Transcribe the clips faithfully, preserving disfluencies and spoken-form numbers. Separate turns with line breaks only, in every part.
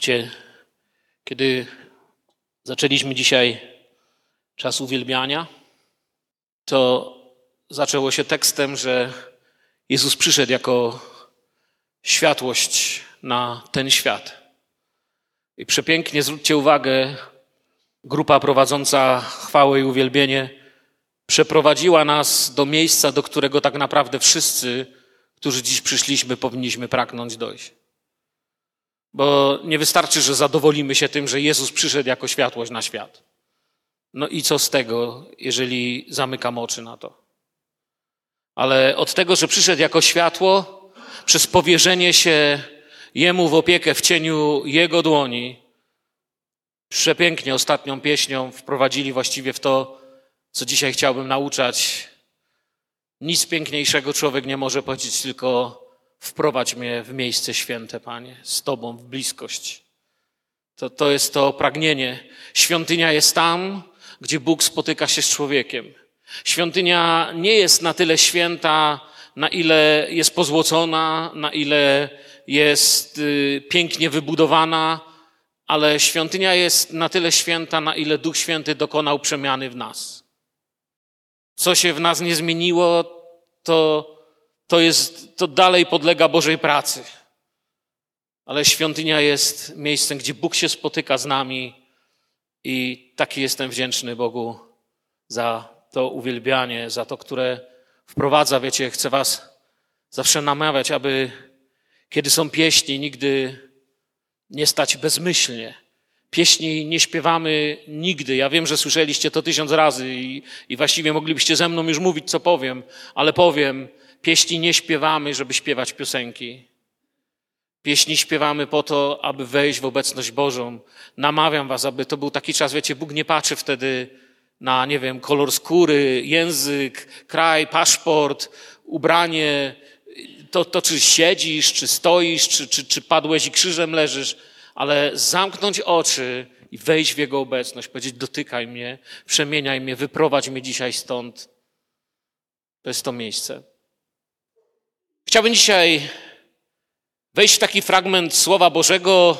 Wiecie, kiedy zaczęliśmy dzisiaj czas uwielbiania, to zaczęło się tekstem, że Jezus przyszedł jako światłość na ten świat. I przepięknie, zwróćcie uwagę, grupa prowadząca chwałę i uwielbienie przeprowadziła nas do miejsca, do którego tak naprawdę wszyscy, którzy dziś przyszliśmy, powinniśmy pragnąć dojść. Bo nie wystarczy, że zadowolimy się tym, że Jezus przyszedł jako światłość na świat. No i co z tego, jeżeli zamykam oczy na to? Ale od tego, że przyszedł jako światło, przez powierzenie się Jemu w opiekę w cieniu Jego dłoni, przepięknie ostatnią pieśnią wprowadzili właściwie w to, co dzisiaj chciałbym nauczać. Nic piękniejszego człowiek nie może powiedzieć, tylko wprowadź mnie w miejsce święte, Panie, z Tobą w bliskość. To, to jest to pragnienie. Świątynia jest tam, gdzie Bóg spotyka się z człowiekiem. Świątynia nie jest na tyle święta, na ile jest pozłocona, na ile jest y, pięknie wybudowana, ale świątynia jest na tyle święta, na ile Duch Święty dokonał przemiany w nas. Co się w nas nie zmieniło, to, to, jest, to dalej podlega Bożej pracy. Ale świątynia jest miejscem, gdzie Bóg się spotyka z nami i taki jestem wdzięczny Bogu za to uwielbianie, za to, które wprowadza. Wiecie, chcę was zawsze namawiać, aby kiedy są pieśni, nigdy nie stać bezmyślnie. Pieśni nie śpiewamy nigdy. Ja wiem, że słyszeliście to tysiąc razy i, i właściwie moglibyście ze mną już mówić, co powiem, ale powiem, pieśni nie śpiewamy, żeby śpiewać piosenki. Pieśni śpiewamy po to, aby wejść w obecność Bożą. Namawiam was, aby to był taki czas, wiecie, Bóg nie patrzy wtedy na, nie wiem, kolor skóry, język, kraj, paszport, ubranie, to, to czy siedzisz, czy stoisz, czy, czy, czy padłeś i krzyżem leżysz, ale zamknąć oczy i wejść w Jego obecność, powiedzieć, dotykaj mnie, przemieniaj mnie, wyprowadź mnie dzisiaj stąd. To jest to miejsce. Chciałbym dzisiaj wejść w taki fragment Słowa Bożego,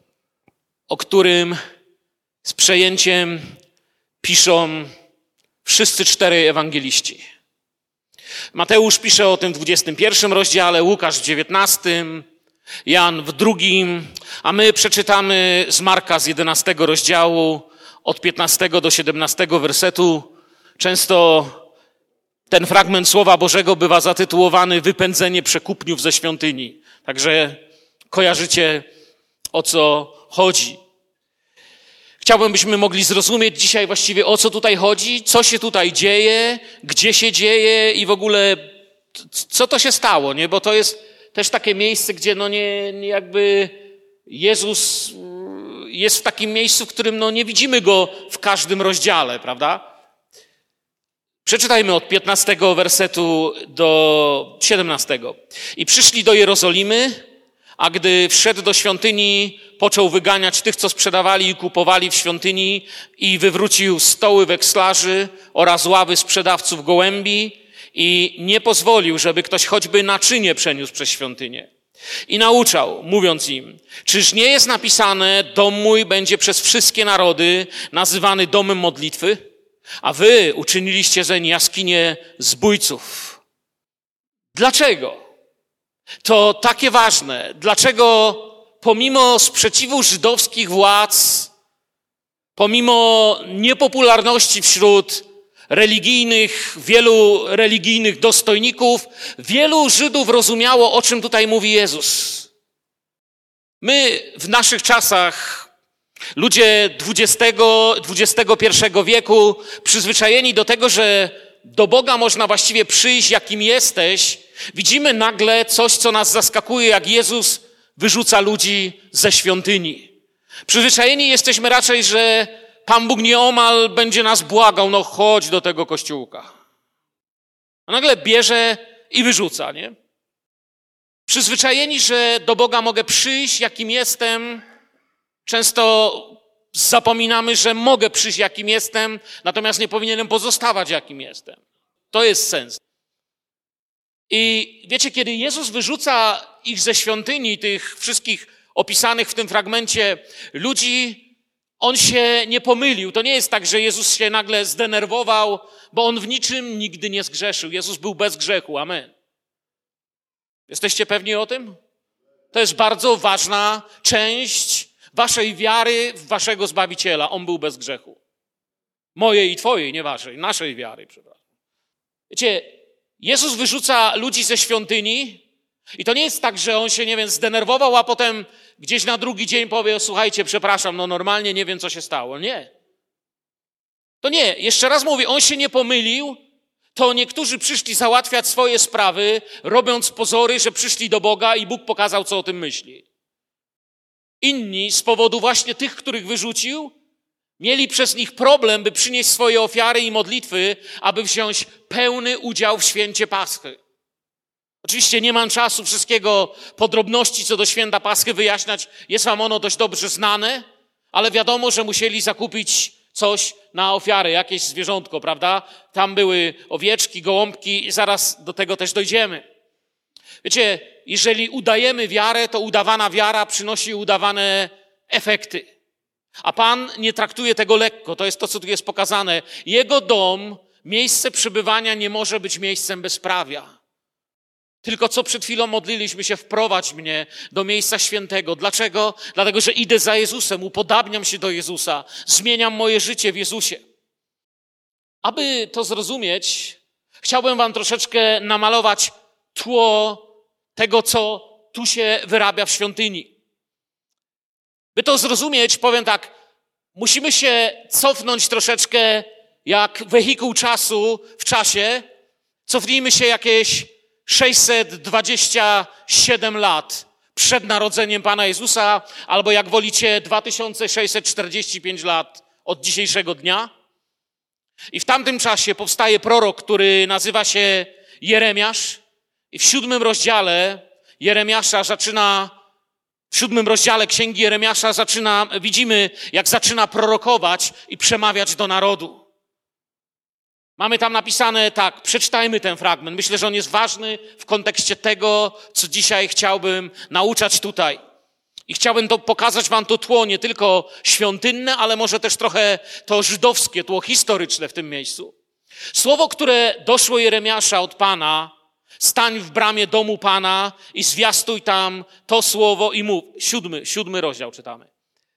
o którym z przejęciem piszą wszyscy cztery ewangeliści. Mateusz pisze o tym w dwudziestym pierwszym rozdziale, Łukasz w dziewiętnastym, Jan w drugim, a my przeczytamy z Marka z jedenastego rozdziału, od piętnastego do siedemnastego wersetu. Często ten fragment Słowa Bożego bywa zatytułowany Wypędzenie przekupniów ze świątyni. Także kojarzycie, o co chodzi. Chciałbym, byśmy mogli zrozumieć dzisiaj właściwie, o co tutaj chodzi, co się tutaj dzieje, gdzie się dzieje i w ogóle co to się stało, nie? Bo to jest też takie miejsce, gdzie no nie, nie jakby Jezus jest w takim miejscu, w którym no nie widzimy Go w każdym rozdziale, prawda? Przeczytajmy od piętnastego wersetu do siedemnastego. I przyszli do Jerozolimy, a gdy wszedł do świątyni, począł wyganiać tych, co sprzedawali i kupowali w świątyni i wywrócił stoły wekslarzy oraz ławy sprzedawców gołębi i nie pozwolił, żeby ktoś choćby naczynie przeniósł przez świątynię. I nauczał, mówiąc im, czyż nie jest napisane, dom mój będzie przez wszystkie narody nazywany domem modlitwy, a wy uczyniliście zeń jaskinię zbójców. Dlaczego? To takie ważne. Dlaczego pomimo sprzeciwu żydowskich władz, pomimo niepopularności wśród religijnych, wielu religijnych dostojników, wielu Żydów rozumiało, o czym tutaj mówi Jezus. My w naszych czasach, ludzie dwudziestego, dwudziestego pierwszego wieku, przyzwyczajeni do tego, że do Boga można właściwie przyjść, jakim jesteś, widzimy nagle coś, co nas zaskakuje, jak Jezus wyrzuca ludzi ze świątyni. Przyzwyczajeni jesteśmy raczej, że Pan Bóg nieomal będzie nas błagał, no chodź do tego kościółka. A nagle bierze i wyrzuca, nie? Przyzwyczajeni, że do Boga mogę przyjść, jakim jestem, często zapominamy, że mogę przyjść, jakim jestem, natomiast nie powinienem pozostawać, jakim jestem. To jest sens. I wiecie, kiedy Jezus wyrzuca ich ze świątyni, tych wszystkich opisanych w tym fragmencie ludzi, on się nie pomylił. To nie jest tak, że Jezus się nagle zdenerwował, bo on w niczym nigdy nie zgrzeszył. Jezus był bez grzechu. Amen. Jesteście pewni o tym? To jest bardzo ważna część waszej wiary w waszego Zbawiciela. On był bez grzechu. Mojej i twojej, nie waszej, naszej wiary, przepraszam. Wiecie, Jezus wyrzuca ludzi ze świątyni i to nie jest tak, że on się, nie wiem, zdenerwował, a potem gdzieś na drugi dzień powie, słuchajcie, przepraszam, no normalnie nie wiem, co się stało. Nie. To nie. Jeszcze raz mówię, on się nie pomylił, to niektórzy przyszli załatwiać swoje sprawy, robiąc pozory, że przyszli do Boga i Bóg pokazał, co o tym myśli. Inni z powodu właśnie tych, których wyrzucił, mieli przez nich problem, by przynieść swoje ofiary i modlitwy, aby wziąć pełny udział w święcie Paschy. Oczywiście nie mam czasu wszystkiego podrobności co do święta Paschy wyjaśniać. Jest wam ono dość dobrze znane, ale wiadomo, że musieli zakupić coś na ofiarę, jakieś zwierzątko, prawda? Tam były owieczki, gołąbki i zaraz do tego też dojdziemy. Wiecie, jeżeli udajemy wiarę, to udawana wiara przynosi udawane efekty. A Pan nie traktuje tego lekko. To jest to, co tu jest pokazane. Jego dom, miejsce przebywania nie może być miejscem bezprawia. Tylko co przed chwilą modliliśmy się, wprowadź mnie do miejsca świętego. Dlaczego? Dlatego, że idę za Jezusem, upodabniam się do Jezusa, zmieniam moje życie w Jezusie. Aby to zrozumieć, chciałbym wam troszeczkę namalować tło tego, co tu się wyrabia w świątyni. By to zrozumieć, powiem tak, musimy się cofnąć troszeczkę jak wehikuł czasu w czasie. Cofnijmy się jakieś sześćset dwadzieścia siedem lat przed narodzeniem Pana Jezusa, albo jak wolicie dwa tysiące sześćset czterdzieści pięć lat od dzisiejszego dnia. I w tamtym czasie powstaje prorok, który nazywa się Jeremiasz. I w siódmym rozdziale Jeremiasza zaczyna, w siódmym rozdziale Księgi Jeremiasza zaczyna, widzimy, jak zaczyna prorokować i przemawiać do narodu. Mamy tam napisane tak, przeczytajmy ten fragment. Myślę, że on jest ważny w kontekście tego, co dzisiaj chciałbym nauczać tutaj. I chciałbym to pokazać wam to tło nie tylko świątynne, ale może też trochę to żydowskie, tło historyczne w tym miejscu. Słowo, które doszło Jeremiasza od Pana, stań w bramie domu Pana i zwiastuj tam to słowo i mów. Siódmy, siódmy rozdział czytamy.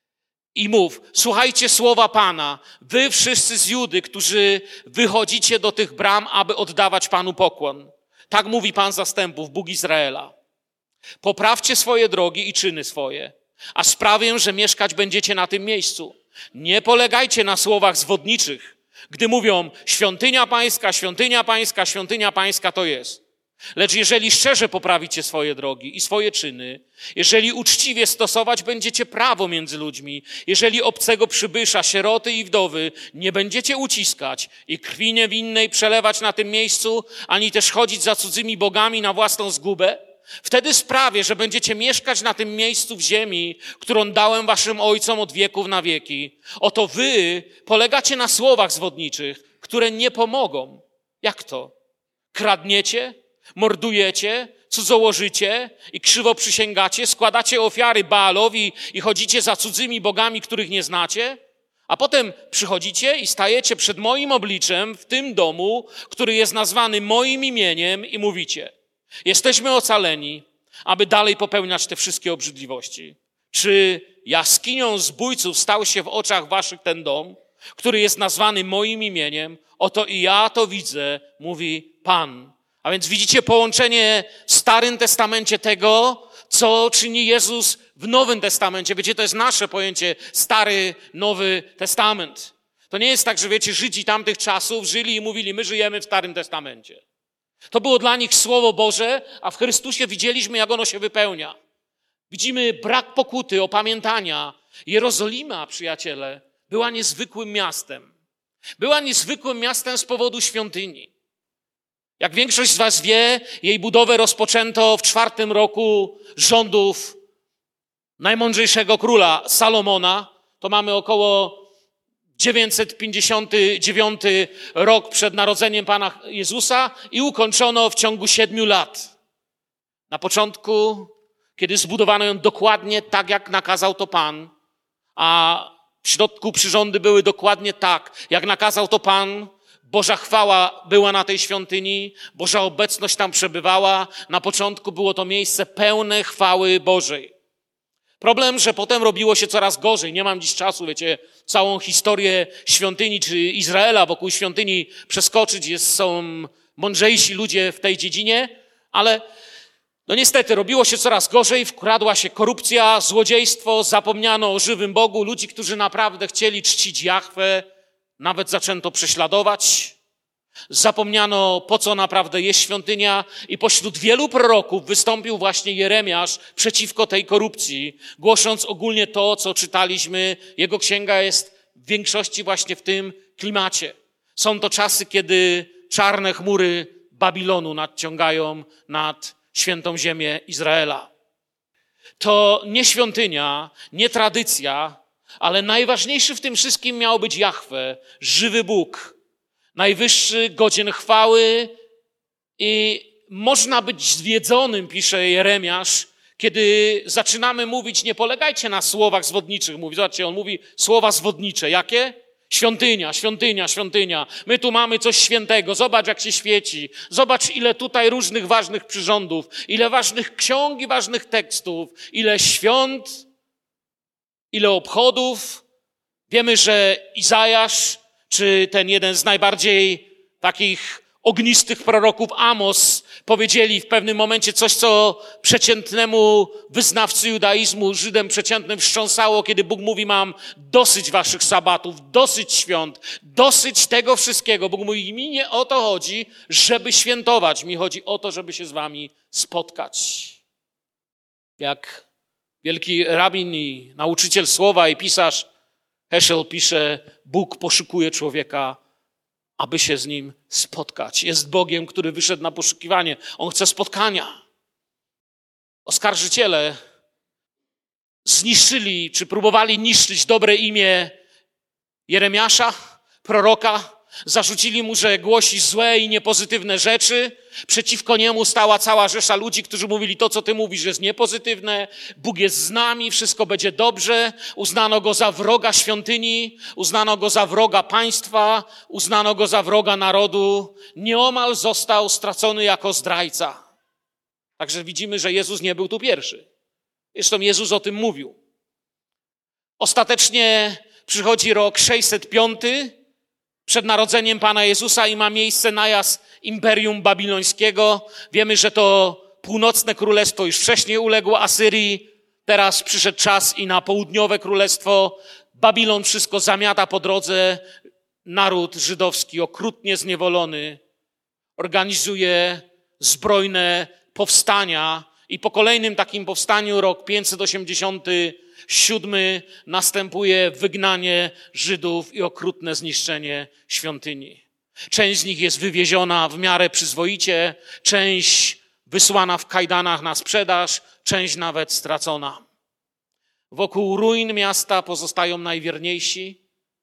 I mów, słuchajcie słowa Pana, wy wszyscy z Judy, którzy wychodzicie do tych bram, aby oddawać Panu pokłon. Tak mówi Pan zastępów, Bóg Izraela. Poprawcie swoje drogi i czyny swoje, a sprawię, że mieszkać będziecie na tym miejscu. Nie polegajcie na słowach zwodniczych, gdy mówią świątynia Pańska, świątynia Pańska, świątynia Pańska to jest. Lecz jeżeli szczerze poprawicie swoje drogi i swoje czyny, jeżeli uczciwie stosować będziecie prawo między ludźmi, jeżeli obcego przybysza, sieroty i wdowy nie będziecie uciskać i krwi niewinnej przelewać na tym miejscu, ani też chodzić za cudzymi bogami na własną zgubę, wtedy sprawię, że będziecie mieszkać na tym miejscu w ziemi, którą dałem waszym ojcom od wieków na wieki. Oto wy polegacie na słowach zwodniczych, które nie pomogą. Jak to? Kradniecie? Mordujecie, cudzołożycie i krzywo przysięgacie, składacie ofiary Baalowi i chodzicie za cudzymi bogami, których nie znacie, a potem przychodzicie i stajecie przed moim obliczem w tym domu, który jest nazwany moim imieniem i mówicie, jesteśmy ocaleni, aby dalej popełniać te wszystkie obrzydliwości. Czy jaskinią zbójców stał się w oczach waszych ten dom, który jest nazwany moim imieniem? Oto i ja to widzę, mówi Pan. A więc widzicie połączenie w Starym Testamencie tego, co czyni Jezus w Nowym Testamencie. Wiecie, to jest nasze pojęcie Stary, Nowy Testament. To nie jest tak, że wiecie, Żydzi tamtych czasów żyli i mówili, my żyjemy w Starym Testamencie. To było dla nich Słowo Boże, a w Chrystusie widzieliśmy, jak ono się wypełnia. Widzimy brak pokuty, opamiętania. Jerozolima, przyjaciele, była niezwykłym miastem. Była niezwykłym miastem z powodu świątyni. Jak większość z was wie, jej budowę rozpoczęto w czwartym roku rządów najmądrzejszego króla Salomona. To mamy około dziewięćset pięćdziesiąty dziewiąty rok przed narodzeniem Pana Jezusa i ukończono w ciągu siedmiu lat. Na początku kiedy zbudowano ją dokładnie tak, jak nakazał to Pan, a w środku przyrządy były dokładnie tak, jak nakazał to Pan. Boża chwała była na tej świątyni, Boża obecność tam przebywała. Na początku było to miejsce pełne chwały Bożej. Problem, że potem robiło się coraz gorzej. Nie mam dziś czasu, wiecie, całą historię świątyni czy Izraela wokół świątyni przeskoczyć. Jest, są mądrzejsi ludzie w tej dziedzinie, ale no niestety robiło się coraz gorzej, wkradła się korupcja, złodziejstwo, zapomniano o żywym Bogu. Ludzi, którzy naprawdę chcieli czcić Jahwe, nawet zaczęto prześladować. Zapomniano, po co naprawdę jest świątynia, i pośród wielu proroków wystąpił właśnie Jeremiasz przeciwko tej korupcji, głosząc ogólnie to, co czytaliśmy. Jego księga jest w większości właśnie w tym klimacie. Są to czasy, kiedy czarne chmury Babilonu nadciągają nad świętą ziemię Izraela. To nie świątynia, nie tradycja, ale najważniejszy w tym wszystkim miał być Jahwe, żywy Bóg, najwyższy, godzien chwały, i można być zwiedzonym, pisze Jeremiasz, kiedy zaczynamy mówić, nie polegajcie na słowach zwodniczych. Mówi, zobaczcie, on mówi słowa zwodnicze. Jakie? Świątynia, świątynia, świątynia. My tu mamy coś świętego. Zobacz, jak się świeci. Zobacz, ile tutaj różnych ważnych przyrządów, ile ważnych ksiąg i ważnych tekstów, ile świąt, ile obchodów. Wiemy, że Izajasz, czy ten jeden z najbardziej takich ognistych proroków, Amos, powiedzieli w pewnym momencie coś, co przeciętnemu wyznawcy judaizmu, Żydem przeciętnym wstrząsało, kiedy Bóg mówi, mam dosyć waszych sabatów, dosyć świąt, dosyć tego wszystkiego. Bóg mówi, mi nie o to chodzi, żeby świętować, mi chodzi o to, żeby się z wami spotkać. Jak wielki rabin i nauczyciel słowa i pisarz Heschel pisze, Bóg poszukuje człowieka, aby się z nim spotkać. Jest Bogiem, który wyszedł na poszukiwanie. On chce spotkania. Oskarżyciele zniszczyli, czy próbowali niszczyć dobre imię Jeremiasza, proroka. Zarzucili mu, że głosi złe i niepozytywne rzeczy. Przeciwko niemu stała cała rzesza ludzi, którzy mówili, to, co ty mówisz, jest niepozytywne. Bóg jest z nami, wszystko będzie dobrze. Uznano go za wroga świątyni, uznano go za wroga państwa, uznano go za wroga narodu. Nieomal został stracony jako zdrajca. Także widzimy, że Jezus nie był tu pierwszy. Zresztą Jezus o tym mówił. Ostatecznie przychodzi rok sześćset piąty, przed narodzeniem Pana Jezusa, i ma miejsce najazd Imperium Babilońskiego. Wiemy, że to północne królestwo już wcześniej uległo Asyrii. Teraz przyszedł czas i na południowe królestwo. Babilon wszystko zamiata po drodze. Naród żydowski, okrutnie zniewolony, organizuje zbrojne powstania. I po kolejnym takim powstaniu, rok pięćset osiemdziesiąty siódmy, następuje wygnanie Żydów i okrutne zniszczenie świątyni. Część z nich jest wywieziona w miarę przyzwoicie, część wysłana w kajdanach na sprzedaż, część nawet stracona. Wokół ruin miasta pozostają najwierniejsi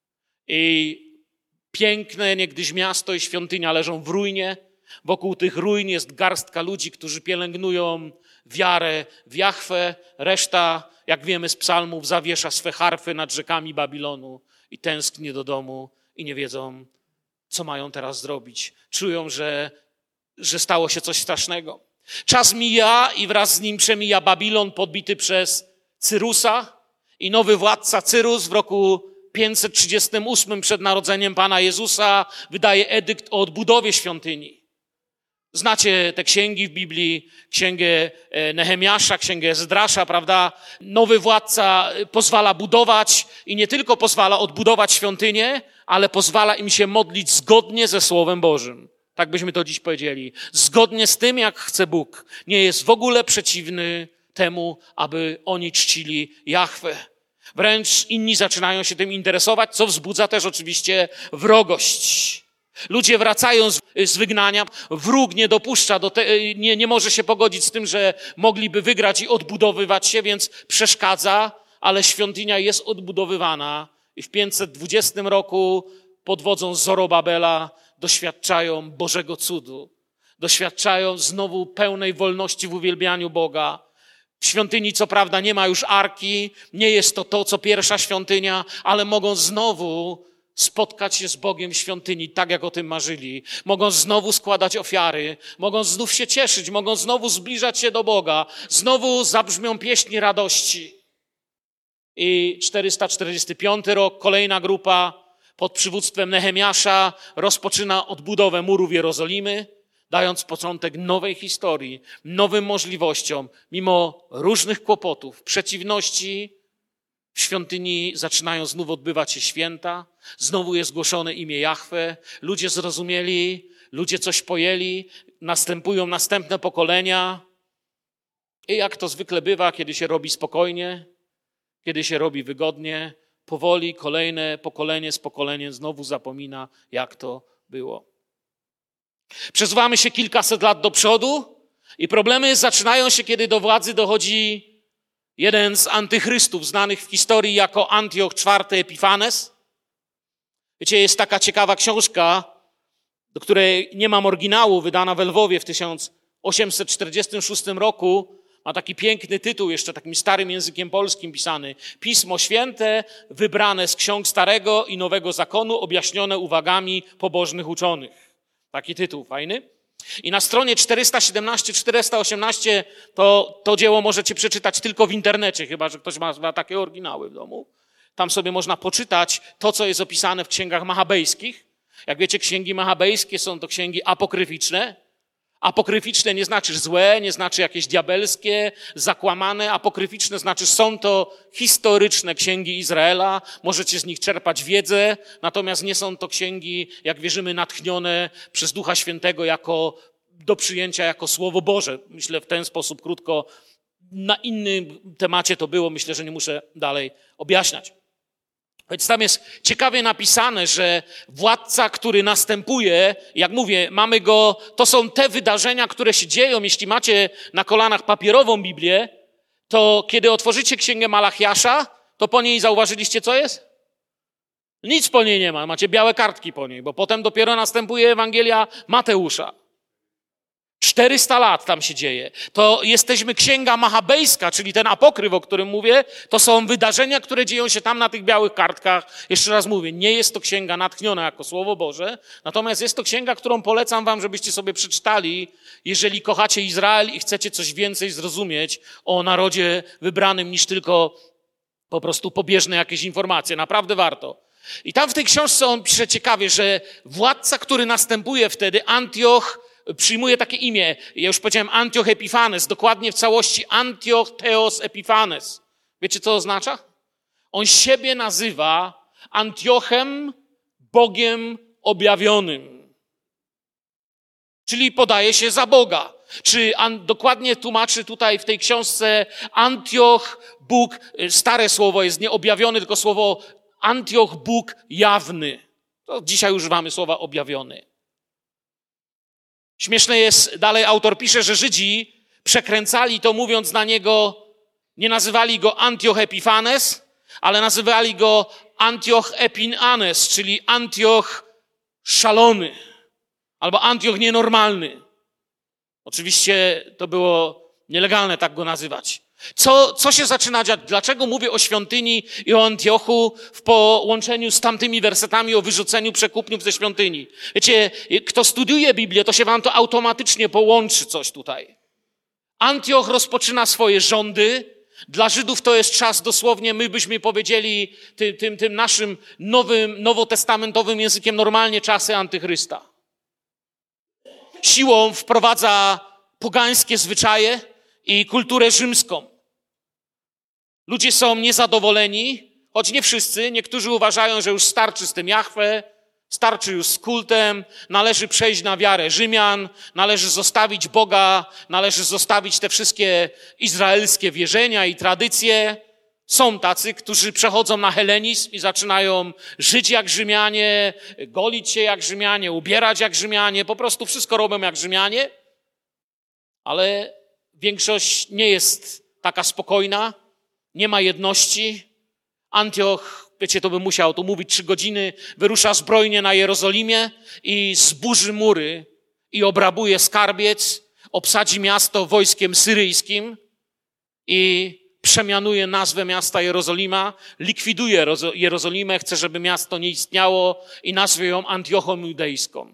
i piękne niegdyś miasto i świątynia leżą w ruinie. Wokół tych ruin jest garstka ludzi, którzy pielęgnują wiarę w Jahwe. Reszta, jak wiemy z psalmów, zawiesza swe harfy nad rzekami Babilonu i tęskni do domu i nie wiedzą, co mają teraz zrobić. Czują, że, że stało się coś strasznego. Czas mija i wraz z nim przemija Babilon podbity przez Cyrusa, i nowy władca Cyrus w roku pięćset trzydziestym ósmym przed narodzeniem Pana Jezusa wydaje edykt o odbudowie świątyni. Znacie te księgi w Biblii, księgę Nehemiasza, księgę Ezdrasza, prawda? Nowy władca pozwala budować i nie tylko pozwala odbudować świątynię, ale pozwala im się modlić zgodnie ze Słowem Bożym. Tak byśmy to dziś powiedzieli. Zgodnie z tym, jak chce Bóg. Nie jest w ogóle przeciwny temu, aby oni czcili Jahwe. Wręcz inni zaczynają się tym interesować, co wzbudza też oczywiście wrogość. Ludzie wracają z, z wygnania, wróg nie dopuszcza, do te, nie, nie może się pogodzić z tym, że mogliby wygrać i odbudowywać się, więc przeszkadza, ale świątynia jest odbudowywana i w pięćset dwudziestym roku pod wodzą Zorobabela doświadczają Bożego cudu. Doświadczają znowu pełnej wolności w uwielbianiu Boga. W świątyni co prawda nie ma już arki, nie jest to to, co pierwsza świątynia, ale mogą znowu spotkać się z Bogiem w świątyni, tak jak o tym marzyli. Mogą znowu składać ofiary, mogą znów się cieszyć, mogą znowu zbliżać się do Boga. Znowu zabrzmią pieśni radości. I czterysta czterdziesty piąty rok, kolejna grupa pod przywództwem Nehemiasza rozpoczyna odbudowę murów Jerozolimy, dając początek nowej historii, nowym możliwościom. Mimo różnych kłopotów, przeciwności, w świątyni zaczynają znów odbywać się święta, znowu jest głoszone imię Jahwe, ludzie zrozumieli, ludzie coś pojęli, następują następne pokolenia. I jak to zwykle bywa, kiedy się robi spokojnie, kiedy się robi wygodnie, powoli kolejne pokolenie z pokoleniem znowu zapomina, jak to było. Przesuwamy się kilkaset lat do przodu i problemy zaczynają się, kiedy do władzy dochodzi jeden z antychrystów znanych w historii jako Antioch czwarty Epifanes. Wiecie, jest taka ciekawa książka, do której nie mam oryginału, wydana w Lwowie w tysiąc osiemset czterdziestym szóstym roku. Ma taki piękny tytuł, jeszcze takim starym językiem polskim pisany. Pismo Święte, wybrane z ksiąg Starego i Nowego Zakonu, objaśnione uwagami pobożnych uczonych. Taki tytuł fajny. I na stronie czterysta siedemnaście czterysta osiemnaście to, to dzieło możecie przeczytać tylko w internecie, chyba że ktoś ma, ma takie oryginały w domu. Tam sobie można poczytać to, co jest opisane w księgach machabejskich. Jak wiecie, księgi machabejskie są to księgi apokryficzne. Apokryficzne nie znaczy złe, nie znaczy jakieś diabelskie, zakłamane. Apokryficzne znaczy są to historyczne księgi Izraela. Możecie z nich czerpać wiedzę, natomiast nie są to księgi, jak wierzymy, natchnione przez Ducha Świętego jako do przyjęcia jako Słowo Boże. Myślę w ten sposób krótko. Na innym temacie to było, myślę, że nie muszę dalej objaśniać. Więc tam jest ciekawie napisane, że władca, który następuje, jak mówię, mamy go, to są te wydarzenia, które się dzieją. Jeśli macie na kolanach papierową Biblię, to kiedy otworzycie księgę Malachiasza, to po niej zauważyliście, co jest? Nic po niej nie ma, macie białe kartki po niej, bo potem dopiero następuje Ewangelia Mateusza. czterysta lat tam się dzieje. To jesteśmy księga machabejska, czyli ten apokryf, o którym mówię, to są wydarzenia, które dzieją się tam na tych białych kartkach. Jeszcze raz mówię, nie jest to księga natchniona jako Słowo Boże, natomiast jest to księga, którą polecam wam, żebyście sobie przeczytali, jeżeli kochacie Izrael i chcecie coś więcej zrozumieć o narodzie wybranym niż tylko po prostu pobieżne jakieś informacje. Naprawdę warto. I tam w tej książce on pisze ciekawie, że władca, który następuje wtedy, Antioch, przyjmuje takie imię. Ja już powiedziałem Antioch Epifanes, dokładnie w całości Antioch Theos Epifanes. Wiecie, co to oznacza? On siebie nazywa Antiochem, Bogiem objawionym. Czyli podaje się za Boga. Czy an, dokładnie tłumaczy tutaj w tej książce Antioch, Bóg, stare słowo jest nie objawiony, tylko słowo Antioch, Bóg jawny. To dzisiaj używamy słowa objawiony. Śmieszne jest, dalej autor pisze, że Żydzi przekręcali to, mówiąc na niego, nie nazywali go Antioch Epifanes, ale nazywali go Antioch Epinanes, czyli Antioch szalony, albo Antioch nienormalny. Oczywiście to było nielegalne tak go nazywać. Co, co się zaczyna dziać? Dlaczego mówię o świątyni i o Antiochu w połączeniu z tamtymi wersetami o wyrzuceniu przekupniów ze świątyni? Wiecie, kto studiuje Biblię, to się wam to automatycznie połączy coś tutaj. Antioch rozpoczyna swoje rządy. Dla Żydów to jest czas dosłownie, my byśmy powiedzieli tym, tym, tym naszym nowym, nowotestamentowym językiem normalnie czasy antychrysta. Siłą wprowadza pogańskie zwyczaje i kulturę rzymską. Ludzie są niezadowoleni, choć nie wszyscy. Niektórzy uważają, że już starczy z tym Jahwe, starczy już z kultem, należy przejść na wiarę Rzymian, należy zostawić Boga, należy zostawić te wszystkie izraelskie wierzenia i tradycje. Są tacy, którzy przechodzą na helenizm i zaczynają żyć jak Rzymianie, golić się jak Rzymianie, ubierać jak Rzymianie, po prostu wszystko robią jak Rzymianie, ale większość nie jest taka spokojna, nie ma jedności. Antioch, wiecie, to bym musiał tu mówić trzy godziny, wyrusza zbrojnie na Jerozolimie i zburzy mury i obrabuje skarbiec, obsadzi miasto wojskiem syryjskim i przemianuje nazwę miasta Jerozolima, likwiduje Jerozolimę, chce, żeby miasto nie istniało i nazwie ją Antiochą Judejską.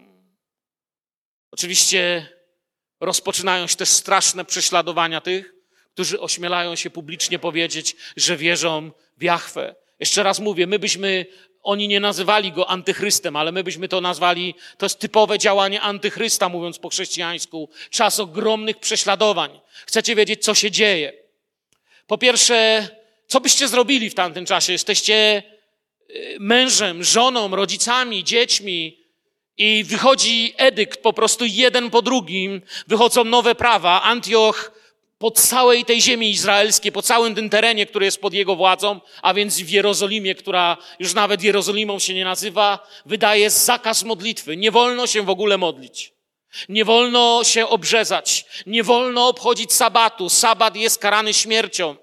Oczywiście rozpoczynają się też straszne prześladowania tych, którzy ośmielają się publicznie powiedzieć, że wierzą w Jahwe. Jeszcze raz mówię, my byśmy, oni nie nazywali go antychrystem, ale my byśmy to nazwali, to jest typowe działanie antychrysta, mówiąc po chrześcijańsku. Czas ogromnych prześladowań. Chcecie wiedzieć, co się dzieje? Po pierwsze, co byście zrobili w tamtym czasie? Jesteście mężem, żoną, rodzicami, dziećmi i wychodzi edykt po prostu jeden po drugim, wychodzą nowe prawa. Antioch po całej tej ziemi izraelskiej, po całym tym terenie, który jest pod jego władzą, a więc w Jerozolimie, która już nawet Jerozolimą się nie nazywa, wydaje zakaz modlitwy. Nie wolno się w ogóle modlić. Nie wolno się obrzezać. Nie wolno obchodzić sabatu. Sabat jest karany śmiercią.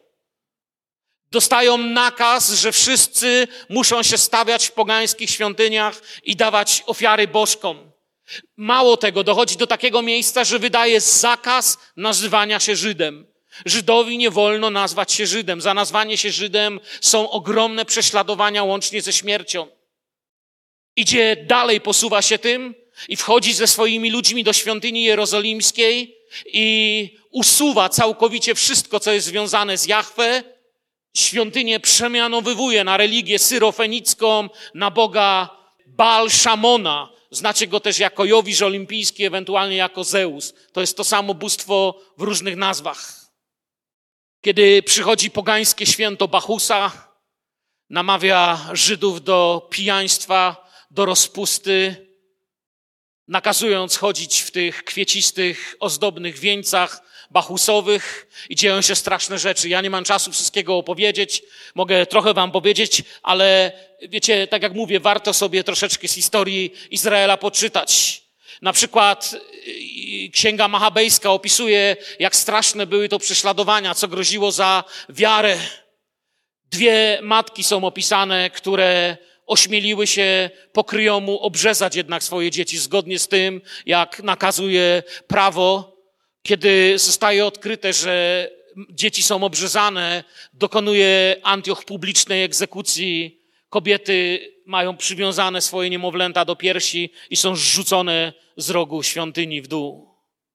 Dostają nakaz, że wszyscy muszą się stawiać w pogańskich świątyniach i dawać ofiary bożkom. Mało tego, dochodzi do takiego miejsca, że wydaje zakaz nazywania się Żydem. Żydowi nie wolno nazwać się Żydem. Za nazwanie się Żydem są ogromne prześladowania łącznie ze śmiercią. Idzie dalej, posuwa się tym i wchodzi ze swoimi ludźmi do świątyni jerozolimskiej i usuwa całkowicie wszystko, co jest związane z Jahwe. Świątynię przemianowywuje na religię syrofenicką, na boga Baal Szamona. Znacie go też jako Jowisz olimpijski, ewentualnie jako Zeus. To jest to samo bóstwo w różnych nazwach. Kiedy przychodzi pogańskie święto Bachusa, namawia Żydów do pijaństwa, do rozpusty, nakazując chodzić w tych kwiecistych, ozdobnych wieńcach bachusowych i dzieją się straszne rzeczy. Ja nie mam czasu wszystkiego opowiedzieć, mogę trochę wam powiedzieć, ale wiecie, tak jak mówię, warto sobie troszeczkę z historii Izraela poczytać. Na przykład Księga Machabejska opisuje, jak straszne były to prześladowania, co groziło za wiarę. Dwie matki są opisane, które ośmieliły się po kryjomu obrzezać jednak swoje dzieci, zgodnie z tym, jak nakazuje prawo. Kiedy zostaje odkryte, że dzieci są obrzezane, dokonuje Antioch publicznej egzekucji. Kobiety mają przywiązane swoje niemowlęta do piersi i są zrzucone z rogu świątyni w dół.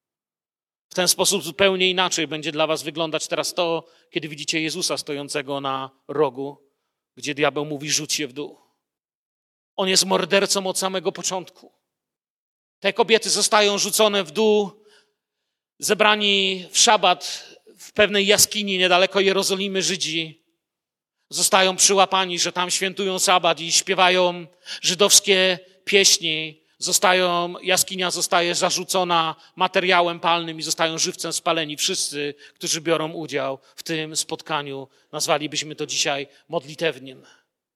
W ten sposób zupełnie inaczej będzie dla was wyglądać teraz to, kiedy widzicie Jezusa stojącego na rogu, gdzie diabeł mówi: rzuć się w dół. On jest mordercą od samego początku. Te kobiety zostają rzucone w dół, zebrani w szabat w pewnej jaskini niedaleko Jerozolimy Żydzi zostają przyłapani, że tam świętują sabat i śpiewają żydowskie pieśni. Zostają, jaskinia zostaje zarzucona materiałem palnym i zostają żywcem spaleni. Wszyscy, którzy biorą udział w tym spotkaniu, nazwalibyśmy to dzisiaj modlitewnym.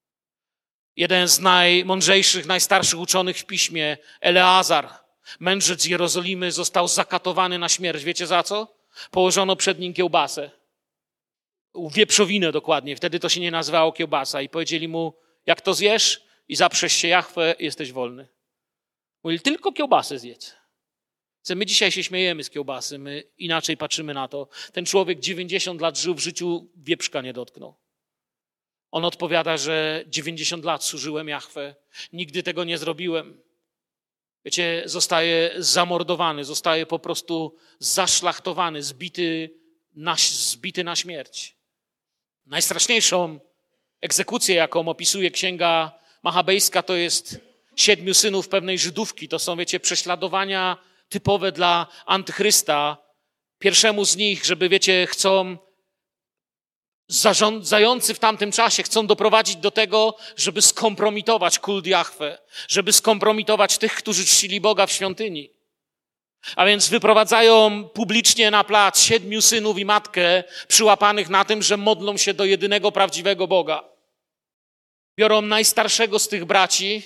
Jeden z najmądrzejszych, najstarszych uczonych w piśmie, Eleazar, mędrzec z Jerozolimy, został zakatowany na śmierć. Wiecie za co? Położono przed nim kiełbasę. Wieprzowinę dokładnie. Wtedy to się nie nazywało kiełbasa. I powiedzieli mu: jak to zjesz i zaprzesz się Jahwe, jesteś wolny. Mówili: tylko kiełbasę zjedz. My dzisiaj się śmiejemy z kiełbasy, my inaczej patrzymy na to. Ten człowiek dziewięćdziesiąt lat żył, w życiu wieprzka nie dotknął. On odpowiada, że dziewięćdziesiąt lat służyłem Jahwe, nigdy tego nie zrobiłem. Wiecie, zostaje zamordowany, zostaje po prostu zaszlachtowany, zbity na, zbity na śmierć. Najstraszniejszą egzekucję, jaką opisuje Księga Machabejska, to jest siedmiu synów pewnej Żydówki. To są, wiecie, prześladowania typowe dla antychrysta. Pierwszemu z nich, żeby, wiecie, chcą, zarządzający w tamtym czasie chcą doprowadzić do tego, żeby skompromitować kult Jahwe, żeby skompromitować tych, którzy czcili Boga w świątyni. A więc wyprowadzają publicznie na plac siedmiu synów i matkę przyłapanych na tym, że modlą się do jedynego prawdziwego Boga. Biorą najstarszego z tych braci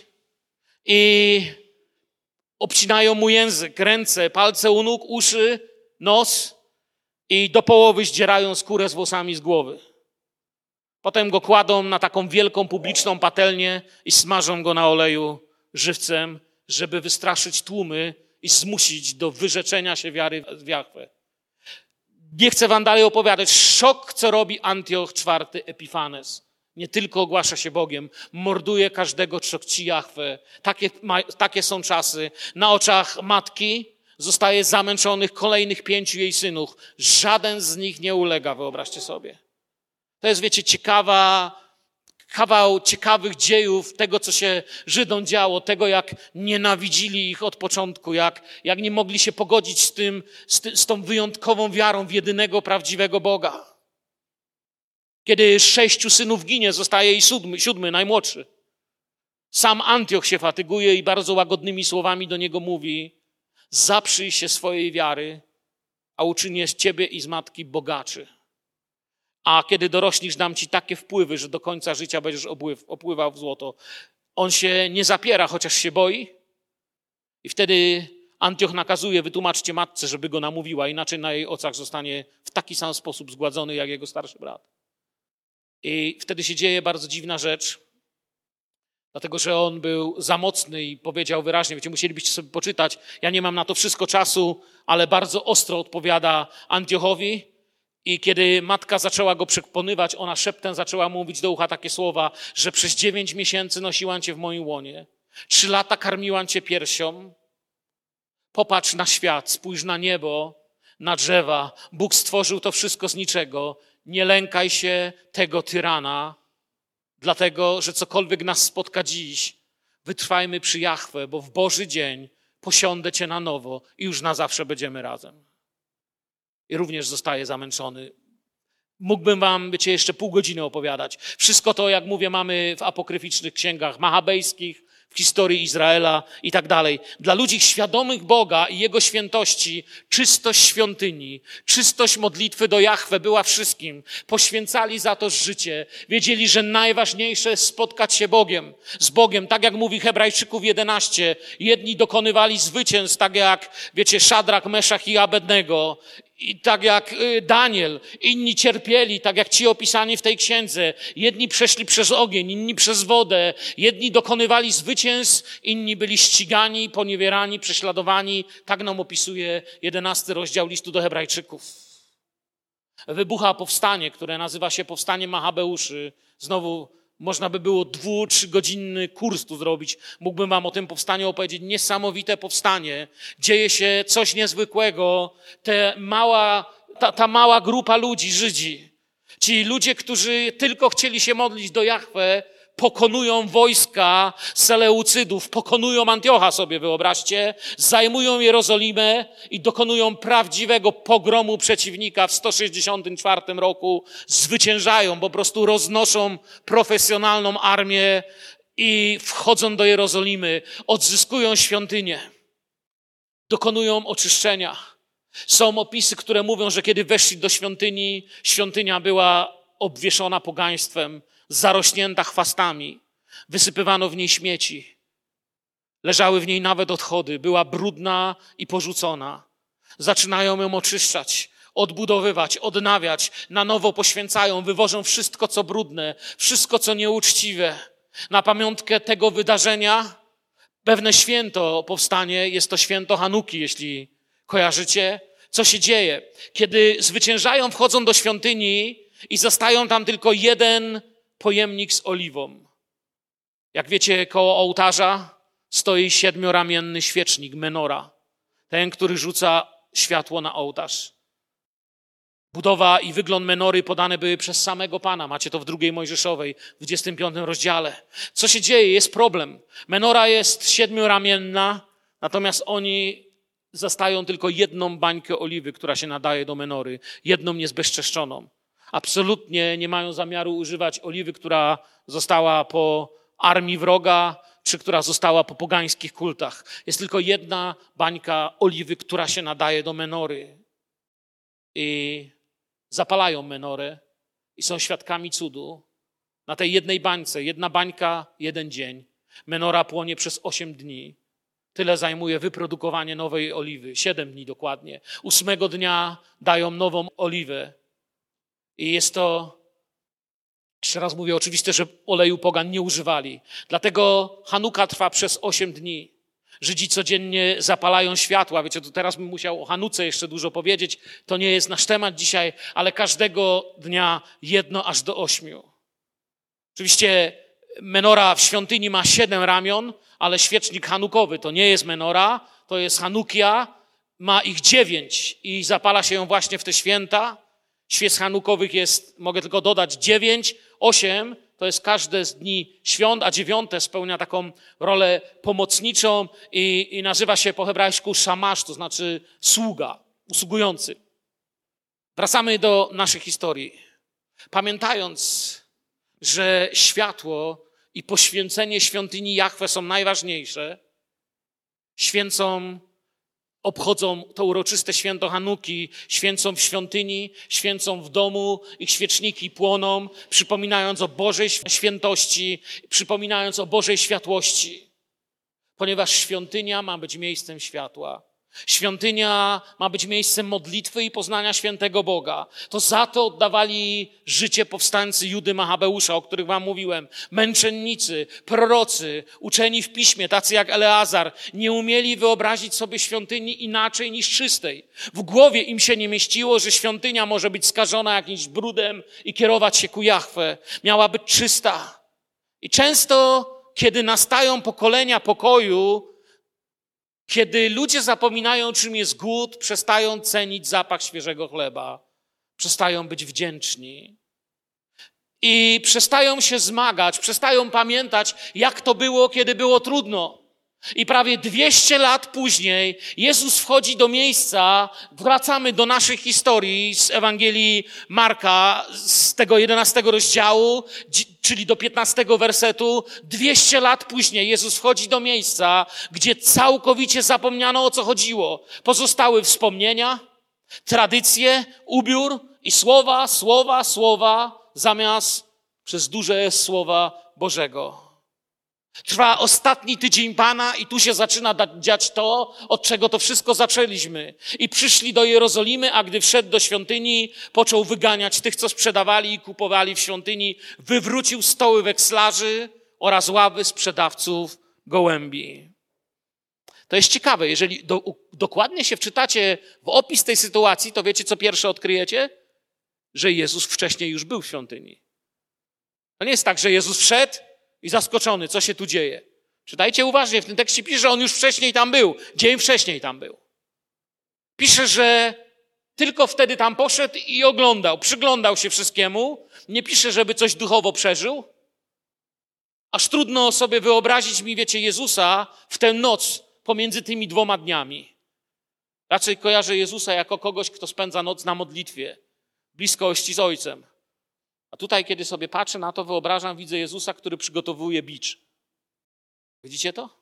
i obcinają mu język, ręce, palce u nóg, uszy, nos i do połowy zdzierają skórę z włosami z głowy. Potem go kładą na taką wielką publiczną patelnię i smażą go na oleju żywcem, żeby wystraszyć tłumy i zmusić do wyrzeczenia się wiary w Jahwe. Nie chcę wam dalej opowiadać. Szok, co robi Antioch czwarty Epifanes. Nie tylko ogłasza się Bogiem, morduje każdego, kto czci Jahwe. Takie, ma, takie są czasy. Na oczach matki zostaje zamęczonych kolejnych pięciu jej synów. Żaden z nich nie ulega, wyobraźcie sobie. To jest, wiecie, ciekawa, kawał ciekawych dziejów tego, co się Żydom działo, tego, jak nienawidzili ich od początku, jak, jak nie mogli się pogodzić z tym, z, ty, z tą wyjątkową wiarą w jedynego prawdziwego Boga. Kiedy z sześciu synów ginie, zostaje jej siódmy, siódmy, najmłodszy. Sam Antioch się fatyguje i bardzo łagodnymi słowami do niego mówi: zaprzyj się swojej wiary, a uczynię z ciebie i z matki bogaczy. A kiedy dorośniesz, dam ci takie wpływy, że do końca życia będziesz opływ, opływał w złoto. On się nie zapiera, chociaż się boi. I wtedy Antioch nakazuje: wytłumaczcie matce, żeby go namówiła, inaczej na jej oczach zostanie w taki sam sposób zgładzony jak jego starszy brat. I wtedy się dzieje bardzo dziwna rzecz, dlatego że on był za mocny i powiedział wyraźnie, wiecie, musielibyście sobie poczytać, ja nie mam na to wszystko czasu, ale bardzo ostro odpowiada Antiochowi. I kiedy matka zaczęła go przekonywać, ona szeptem zaczęła mówić do ucha takie słowa, że przez dziewięć miesięcy nosiłam cię w moim łonie, trzy lata karmiłam cię piersią. Popatrz na świat, spójrz na niebo, na drzewa. Bóg stworzył to wszystko z niczego. Nie lękaj się tego tyrana, dlatego, że cokolwiek nas spotka dziś, wytrwajmy przy Jahwe, bo w Boży dzień posiądę cię na nowo i już na zawsze będziemy razem. I również zostaje zamęczony. Mógłbym wam, wiecie, jeszcze pół godziny opowiadać. Wszystko to, jak mówię, mamy w apokryficznych księgach machabejskich, w historii Izraela i tak dalej. Dla ludzi świadomych Boga i Jego świętości czystość świątyni, czystość modlitwy do Jahwe była wszystkim. Poświęcali za to życie. Wiedzieli, że najważniejsze jest spotkać się Bogiem, z Bogiem. Tak jak mówi Hebrajczyków jedenaście. Jedni dokonywali zwycięstw, tak jak, wiecie, Szadrak, Meszach i Abednego. I tak jak Daniel, inni cierpieli, tak jak ci opisani w tej księdze. Jedni przeszli przez ogień, inni przez wodę. Jedni dokonywali zwycięstw, inni byli ścigani, poniewierani, prześladowani. Tak nam opisuje jedenasty rozdział listu do Hebrajczyków. Wybucha powstanie, które nazywa się powstaniem Machabeuszy. Znowu można by było dwu, trzygodzinny kurs tu zrobić. Mógłbym wam o tym powstaniu opowiedzieć. Niesamowite powstanie. Dzieje się coś niezwykłego. Te mała, ta, ta mała grupa ludzi, Żydzi, ci ludzie, którzy tylko chcieli się modlić do Jahwe, pokonują wojska Seleucydów, pokonują Antiocha, sobie wyobraźcie, zajmują Jerozolimę i dokonują prawdziwego pogromu przeciwnika w sto sześćdziesiątym czwartym roku. Zwyciężają, po prostu roznoszą profesjonalną armię i wchodzą do Jerozolimy, odzyskują świątynię, dokonują oczyszczenia. Są opisy, które mówią, że kiedy weszli do świątyni, świątynia była obwieszona pogaństwem, zarośnięta chwastami, wysypywano w niej śmieci. Leżały w niej nawet odchody, była brudna i porzucona. Zaczynają ją oczyszczać, odbudowywać, odnawiać, na nowo poświęcają, wywożą wszystko, co brudne, wszystko, co nieuczciwe. Na pamiątkę tego wydarzenia pewne święto powstanie, jest to święto Hanuki, jeśli kojarzycie. Co się dzieje? Kiedy zwyciężają, wchodzą do świątyni i zostają tam tylko jeden pojemnik z oliwą. Jak wiecie, koło ołtarza stoi siedmioramienny świecznik, menora. Ten, który rzuca światło na ołtarz. Budowa i wygląd menory podane były przez samego Pana. Macie to w drugiej Mojżeszowej, w dwudziestym piątym rozdziale. Co się dzieje? Jest problem. Menora jest siedmioramienna, natomiast oni zastają tylko jedną bańkę oliwy, która się nadaje do menory. Jedną niezbezczeszczoną. Absolutnie nie mają zamiaru używać oliwy, która została po armii wroga, czy która została po pogańskich kultach. Jest tylko jedna bańka oliwy, która się nadaje do menory. I zapalają menorę i są świadkami cudu. Na tej jednej bańce, jedna bańka, jeden dzień. Menora płonie przez osiem dni. Tyle zajmuje wyprodukowanie nowej oliwy. Siedem dni dokładnie. Ósmego dnia dają nową oliwę. I jest to, jeszcze raz mówię, oczywiste, że oleju pogan nie używali. Dlatego Hanuka trwa przez osiem dni. Żydzi codziennie zapalają światła. Wiecie, to teraz bym musiał o Hanuce jeszcze dużo powiedzieć. To nie jest nasz temat dzisiaj, ale każdego dnia jedno aż do ośmiu. Oczywiście menora w świątyni ma siedem ramion, ale świecznik hanukowy to nie jest menora, to jest Hanukia. Ma ich dziewięć i zapala się ją właśnie w te święta. Świec hanukowych jest, mogę tylko dodać, dziewięć, osiem. To jest każde z dni świąt, a dziewiąte spełnia taką rolę pomocniczą i, i nazywa się po hebrajsku szamasz, to znaczy sługa, usługujący. Wracamy do naszej historii. Pamiętając, że światło i poświęcenie świątyni Jahwe są najważniejsze, święcą, obchodzą to uroczyste święto Hanuki, święcą w świątyni, święcą w domu, ich świeczniki płoną, przypominając o Bożej świętości, przypominając o Bożej światłości. Ponieważ świątynia ma być miejscem światła. Świątynia ma być miejscem modlitwy i poznania świętego Boga. To za to oddawali życie powstańcy Judy Machabeusza, o których wam mówiłem. Męczennicy, prorocy, uczeni w piśmie, tacy jak Eleazar, nie umieli wyobrazić sobie świątyni inaczej niż czystej. W głowie im się nie mieściło, że świątynia może być skażona jakimś brudem i kierować się ku Jahwe. Miała być czysta. I często, kiedy nastają pokolenia pokoju, kiedy ludzie zapominają, czym jest głód, przestają cenić zapach świeżego chleba, przestają być wdzięczni i przestają się zmagać, przestają pamiętać, jak to było, kiedy było trudno. I prawie dwieście lat później Jezus wchodzi do miejsca, wracamy do naszej historii z Ewangelii Marka, z tego jedenastego rozdziału, czyli do piętnastego wersetu. dwieście lat później Jezus wchodzi do miejsca, gdzie całkowicie zapomniano, o co chodziło. Pozostały wspomnienia, tradycje, ubiór i słowa, słowa, słowa, zamiast przez duże słowa Bożego. Trwa ostatni tydzień Pana i tu się zaczyna dziać to, od czego to wszystko zaczęliśmy. I przyszli do Jerozolimy, a gdy wszedł do świątyni, począł wyganiać tych, co sprzedawali i kupowali w świątyni, wywrócił stoły wekslarzy oraz ławy sprzedawców gołębi. To jest ciekawe, jeżeli do, dokładnie się wczytacie w opis tej sytuacji, to wiecie, co pierwsze odkryjecie? Że Jezus wcześniej już był w świątyni. To nie jest tak, że Jezus wszedł i zaskoczony, co się tu dzieje. Czytajcie uważnie, w tym tekście pisze, że on już wcześniej tam był, dzień wcześniej tam był. Pisze, że tylko wtedy tam poszedł i oglądał, przyglądał się wszystkiemu. Nie pisze, żeby coś duchowo przeżył. Aż trudno sobie wyobrazić mi, wiecie, Jezusa w tę noc pomiędzy tymi dwoma dniami. Raczej kojarzę Jezusa jako kogoś, kto spędza noc na modlitwie, bliskości z Ojcem. A tutaj, kiedy sobie patrzę na to, wyobrażam, widzę Jezusa, który przygotowuje bicz. Widzicie to?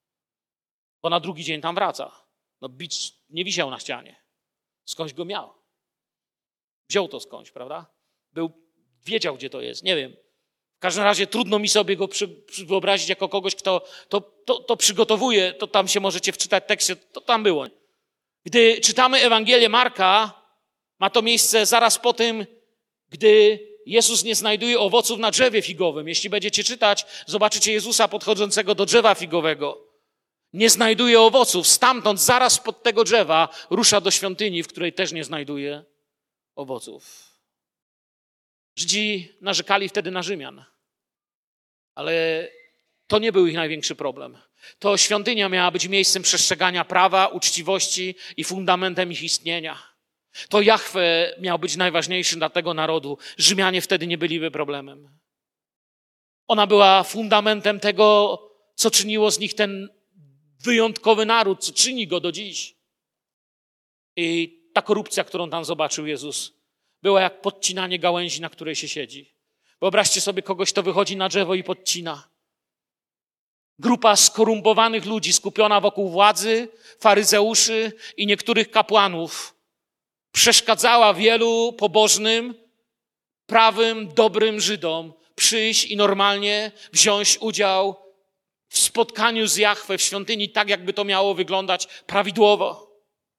Bo na drugi dzień tam wraca. No bicz nie wisiał na ścianie. Skądś go miał. Wziął to skądś, prawda? Był, wiedział, gdzie to jest. Nie wiem. W każdym razie trudno mi sobie go przy, przy wyobrazić jako kogoś, kto to, to, to przygotowuje. To tam się możecie wczytać w tekście. To tam było. Gdy czytamy Ewangelię Marka, ma to miejsce zaraz po tym, gdy Jezus nie znajduje owoców na drzewie figowym. Jeśli będziecie czytać, zobaczycie Jezusa podchodzącego do drzewa figowego. Nie znajduje owoców. Stamtąd, zaraz pod tego drzewa, rusza do świątyni, w której też nie znajduje owoców. Żydzi narzekali wtedy na Rzymian. Ale to nie był ich największy problem. To świątynia miała być miejscem przestrzegania prawa, uczciwości i fundamentem ich istnienia. To Jahwe miał być najważniejszy dla tego narodu. Rzymianie wtedy nie byliby problemem. Ona była fundamentem tego, co czyniło z nich ten wyjątkowy naród, co czyni go do dziś. I ta korupcja, którą tam zobaczył Jezus, była jak podcinanie gałęzi, na której się siedzi. Wyobraźcie sobie kogoś, kto wychodzi na drzewo i podcina. Grupa skorumpowanych ludzi skupiona wokół władzy, faryzeuszy i niektórych kapłanów przeszkadzała wielu pobożnym, prawym, dobrym Żydom przyjść i normalnie wziąć udział w spotkaniu z Jahwe w świątyni, tak jakby to miało wyglądać prawidłowo.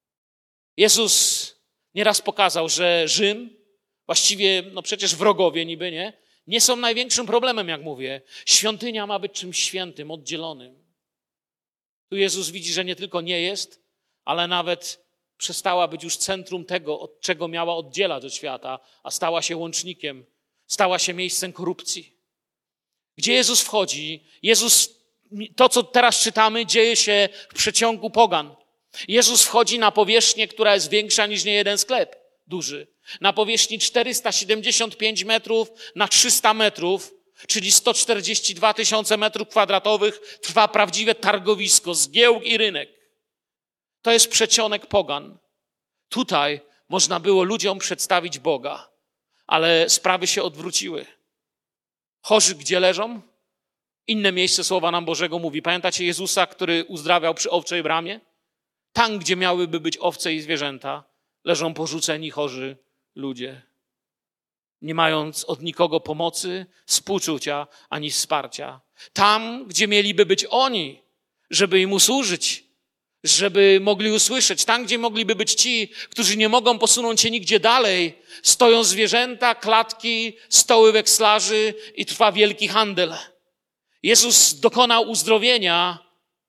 Jezus nieraz pokazał, że Rzym, właściwie, no przecież wrogowie niby, nie? Nie są największym problemem, jak mówię. Świątynia ma być czymś świętym, oddzielonym. Tu Jezus widzi, że nie tylko nie jest, ale nawet przestała być już centrum tego, od czego miała oddzielać od świata, a stała się łącznikiem, stała się miejscem korupcji. Gdzie Jezus wchodzi? Jezus, to co teraz czytamy, dzieje się w przeciągu pogan. Jezus wchodzi na powierzchnię, która jest większa niż niejeden sklep duży. Na powierzchni czterysta siedemdziesiąt pięć metrów na trzysta metrów, czyli sto czterdzieści dwa tysiące metrów kwadratowych, trwa prawdziwe targowisko, zgiełk i rynek. To jest przedsionek pogan. Tutaj można było ludziom przedstawić Boga, ale sprawy się odwróciły. Chorzy gdzie leżą? Inne miejsce Słowa nam Bożego mówi. Pamiętacie Jezusa, który uzdrawiał przy owczej bramie? Tam, gdzie miałyby być owce i zwierzęta, leżą porzuceni, chorzy ludzie, nie mając od nikogo pomocy, współczucia ani wsparcia. Tam, gdzie mieliby być oni, żeby im usłużyć, żeby mogli usłyszeć. Tam, gdzie mogliby być ci, którzy nie mogą posunąć się nigdzie dalej, stoją zwierzęta, klatki, stoły wekslarzy i trwa wielki handel. Jezus dokonał uzdrowienia,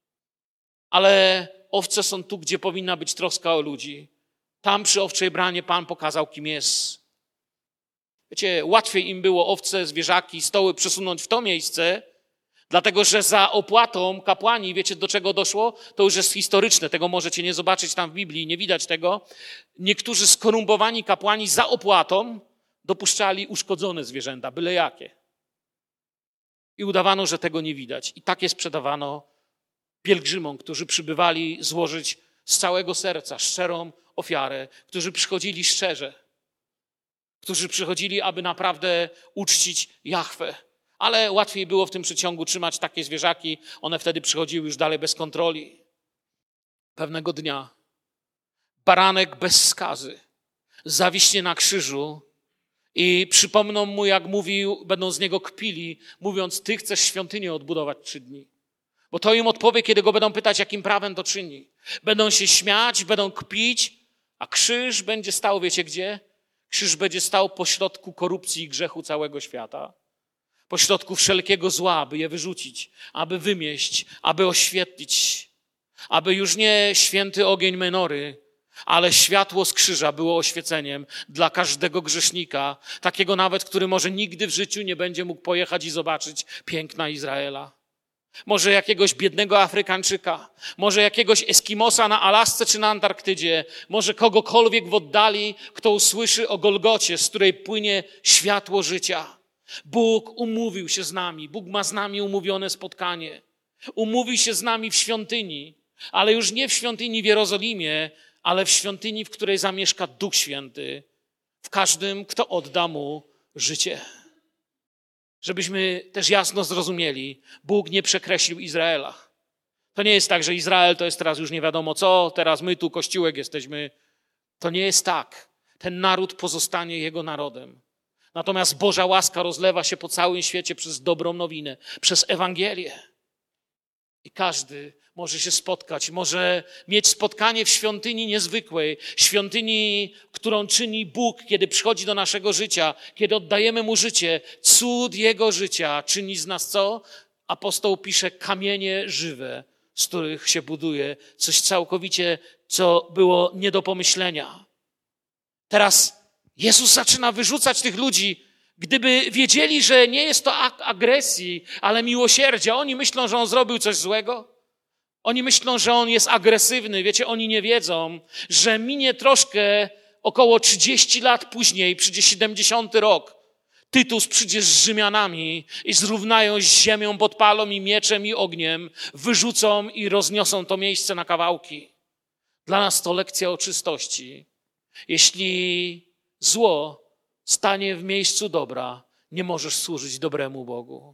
ale owce są tu, gdzie powinna być troska o ludzi. Tam przy owczej bramie Pan pokazał, kim jest. Wiecie, łatwiej im było owce, zwierzaki, stoły przesunąć w to miejsce, dlatego że za opłatą kapłani, wiecie do czego doszło? To już jest historyczne, tego możecie nie zobaczyć tam w Biblii, nie widać tego. Niektórzy skorumpowani kapłani za opłatą dopuszczali uszkodzone zwierzęta, byle jakie. I udawano, że tego nie widać. I takie sprzedawano pielgrzymom, którzy przybywali złożyć z całego serca szczerą ofiarę, którzy przychodzili szczerze, którzy przychodzili, aby naprawdę uczcić Jahwe. Ale łatwiej było w tym przeciągu trzymać takie zwierzaki, one wtedy przychodziły już dalej bez kontroli. Pewnego dnia baranek bez skazy zawiśnie na krzyżu i przypomną mu, jak mówił, będą z niego kpili, mówiąc, ty chcesz świątynię odbudować trzy dni. Bo to im odpowie, kiedy go będą pytać, jakim prawem to czyni. Będą się śmiać, będą kpić, a krzyż będzie stał, wiecie gdzie? Krzyż będzie stał pośrodku korupcji i grzechu całego świata. Pośrodku wszelkiego zła, aby je wyrzucić, aby wymieść, aby oświetlić. Aby już nie święty ogień menory, ale światło z krzyża było oświeceniem dla każdego grzesznika, takiego nawet, który może nigdy w życiu nie będzie mógł pojechać i zobaczyć piękna Izraela. Może jakiegoś biednego Afrykańczyka, może jakiegoś Eskimosa na Alasce czy na Antarktydzie, może kogokolwiek w oddali, kto usłyszy o Golgocie, z której płynie światło życia. Bóg umówił się z nami, Bóg ma z nami umówione spotkanie. Umówił się z nami w świątyni, ale już nie w świątyni w Jerozolimie, ale w świątyni, w której zamieszka Duch Święty, w każdym, kto odda Mu życie. Żebyśmy też jasno zrozumieli, Bóg nie przekreślił Izraela. To nie jest tak, że Izrael to jest teraz już nie wiadomo co, teraz my tu, Kościółek, jesteśmy. To nie jest tak. Ten naród pozostanie Jego narodem. Natomiast Boża łaska rozlewa się po całym świecie przez dobrą nowinę, przez Ewangelię. I każdy może się spotkać, może mieć spotkanie w świątyni niezwykłej, świątyni, którą czyni Bóg, kiedy przychodzi do naszego życia, kiedy oddajemy Mu życie. Cud Jego życia czyni z nas co? Apostoł pisze, kamienie żywe, z których się buduje coś całkowicie, co było nie do pomyślenia. Teraz Jezus zaczyna wyrzucać tych ludzi. Gdyby wiedzieli, że nie jest to akt agresji, ale miłosierdzia, oni myślą, że On zrobił coś złego. Oni myślą, że On jest agresywny. Wiecie, oni nie wiedzą, że minie troszkę około trzydzieści lat później, przyjdzie siedemdziesiąty rok. Tytus przyjdzie z Rzymianami i zrównają z ziemią, podpalą i mieczem i ogniem, wyrzucą i rozniosą to miejsce na kawałki. Dla nas to lekcja o czystości. Jeśli zło stanie w miejscu dobra, nie możesz służyć dobremu Bogu.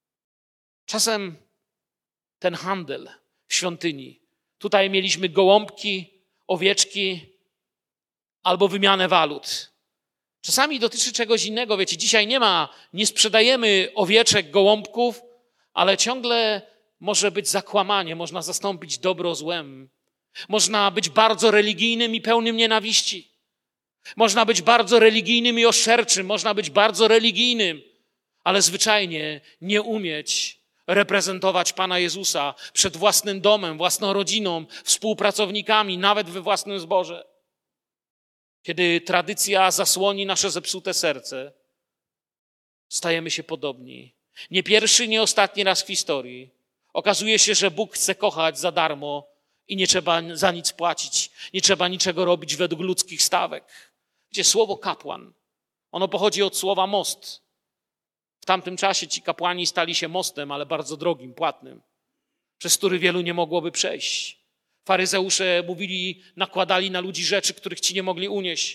Czasem ten handel w świątyni. Tutaj mieliśmy gołąbki, owieczki albo wymianę walut. Czasami dotyczy czegoś innego. Wiecie, dzisiaj nie ma, nie sprzedajemy owieczek, gołąbków, ale ciągle może być zakłamanie, można zastąpić dobro złem. Można być bardzo religijnym i pełnym nienawiści. Można być bardzo religijnym i oszczerczym, można być bardzo religijnym, ale zwyczajnie nie umieć reprezentować Pana Jezusa przed własnym domem, własną rodziną, współpracownikami, nawet we własnym zborze. Kiedy tradycja zasłoni nasze zepsute serce, stajemy się podobni. Nie pierwszy, nie ostatni raz w historii. Okazuje się, że Bóg chce kochać za darmo i nie trzeba za nic płacić. Nie trzeba niczego robić według ludzkich stawek. Wiecie, słowo kapłan, ono pochodzi od słowa most. W tamtym czasie ci kapłani stali się mostem, ale bardzo drogim, płatnym, przez który wielu nie mogłoby przejść. Faryzeusze mówili, nakładali na ludzi rzeczy, których ci nie mogli unieść.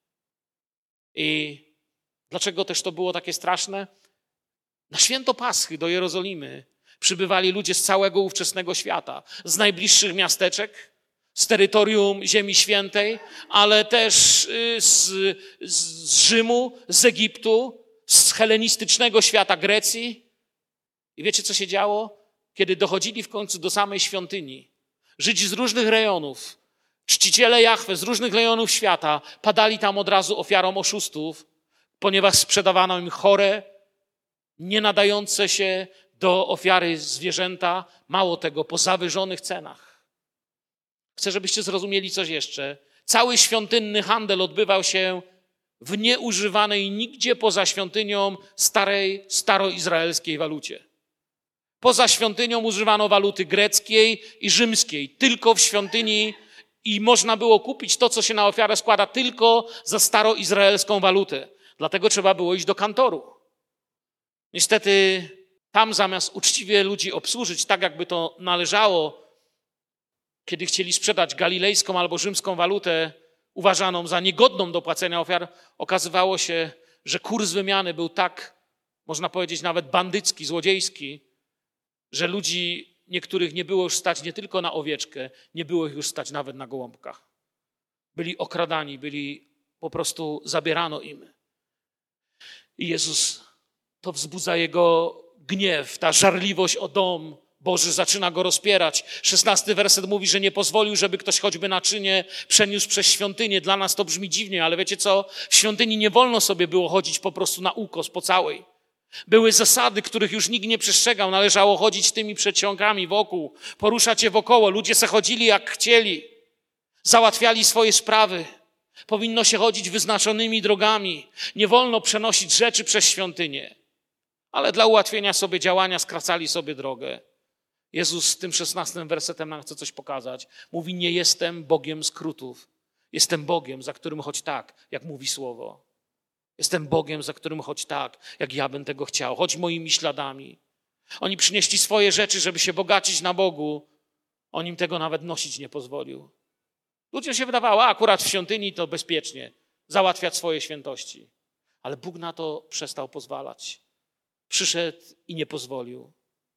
I dlaczego też to było takie straszne? Na święto Paschy do Jerozolimy przybywali ludzie z całego ówczesnego świata, z najbliższych miasteczek, z terytorium Ziemi Świętej, ale też z, z Rzymu, z Egiptu, z helenistycznego świata Grecji. I wiecie, co się działo? Kiedy dochodzili w końcu do samej świątyni, Żydzi z różnych rejonów, czciciele Jahwe z różnych rejonów świata padali tam od razu ofiarą oszustów, ponieważ sprzedawano im chore, nie nadające się do ofiary zwierzęta, mało tego, po zawyżonych cenach. Chcę, żebyście zrozumieli coś jeszcze. Cały świątynny handel odbywał się w nieużywanej nigdzie poza świątynią starej, staroizraelskiej walucie. Poza świątynią używano waluty greckiej i rzymskiej, tylko w świątyni, i można było kupić to, co się na ofiarę składa, tylko za staroizraelską walutę. Dlatego trzeba było iść do kantoru. Niestety tam zamiast uczciwie ludzi obsłużyć tak, jakby to należało, kiedy chcieli sprzedać galilejską albo rzymską walutę uważaną za niegodną do płacenia ofiar, okazywało się, że kurs wymiany był tak, można powiedzieć, nawet bandycki, złodziejski, że ludzi niektórych nie było już stać nie tylko na owieczkę, nie było ich już stać nawet na gołąbka. Byli okradani, byli po prostu zabierano im. I Jezus, to wzbudza Jego gniew, ta żarliwość o dom Boży zaczyna Go rozpierać. Szesnasty werset mówi, że nie pozwolił, żeby ktoś choćby naczynie przeniósł przez świątynię. Dla nas to brzmi dziwnie, ale wiecie co? W świątyni nie wolno sobie było chodzić po prostu na ukos po całej. Były zasady, których już nikt nie przestrzegał. Należało chodzić tymi przedsionkami wokół, poruszać je wokoło. Ludzie se chodzili jak chcieli. Załatwiali swoje sprawy. Powinno się chodzić wyznaczonymi drogami. Nie wolno przenosić rzeczy przez świątynię. Ale dla ułatwienia sobie działania skracali sobie drogę. Jezus tym szesnastym wersetem nam chce coś pokazać. Mówi, nie jestem Bogiem skrótów. Jestem Bogiem, za którym chodź tak, jak mówi Słowo. Jestem Bogiem, za którym chodź tak, jak ja bym tego chciał. Chodź moimi śladami. Oni przynieśli swoje rzeczy, żeby się bogacić na Bogu. On im tego nawet nosić nie pozwolił. Ludziom się wydawało, a akurat w świątyni to bezpiecznie załatwiać swoje świętości. Ale Bóg na to przestał pozwalać. Przyszedł i nie pozwolił.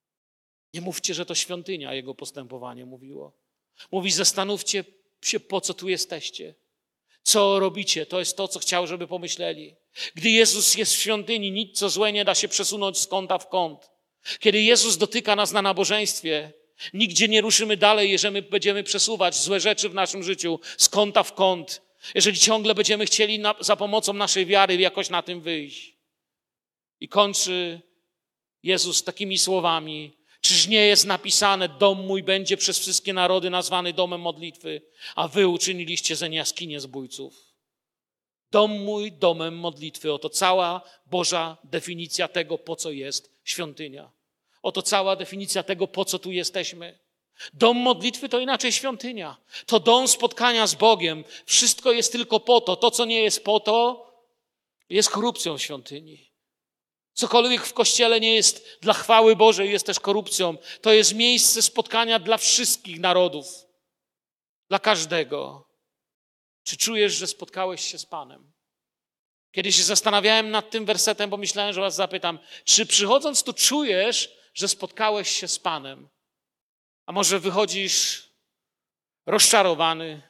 Nie mówcie, że to świątynia, jego postępowanie mówiło. Mówi, zastanówcie się, po co tu jesteście. Co robicie? To jest to, co chciał, żeby pomyśleli. Gdy Jezus jest w świątyni, nic co złe nie da się przesunąć z kąta w kąt. Kiedy Jezus dotyka nas na nabożeństwie, nigdzie nie ruszymy dalej, jeżeli będziemy przesuwać złe rzeczy w naszym życiu z kąta w kąt. Jeżeli ciągle będziemy chcieli na, za pomocą naszej wiary jakoś na tym wyjść. I kończy Jezus takimi słowami. Czyż nie jest napisane, dom mój będzie przez wszystkie narody nazwany domem modlitwy, a wy uczyniliście zeń jaskinię zbójców. Dom mój domem modlitwy. Oto cała Boża definicja tego, po co jest świątynia. Oto cała definicja tego, po co tu jesteśmy. Dom modlitwy to inaczej świątynia. To dom spotkania z Bogiem. Wszystko jest tylko po to. To, co nie jest po to, jest korupcją świątyni. Cokolwiek w Kościele nie jest dla chwały Bożej, jest też korupcją. To jest miejsce spotkania dla wszystkich narodów. Dla każdego. Czy czujesz, że spotkałeś się z Panem? Kiedy się zastanawiałem nad tym wersetem, bo myślałem, że was zapytam, czy przychodząc tu czujesz, że spotkałeś się z Panem? A może wychodzisz rozczarowany,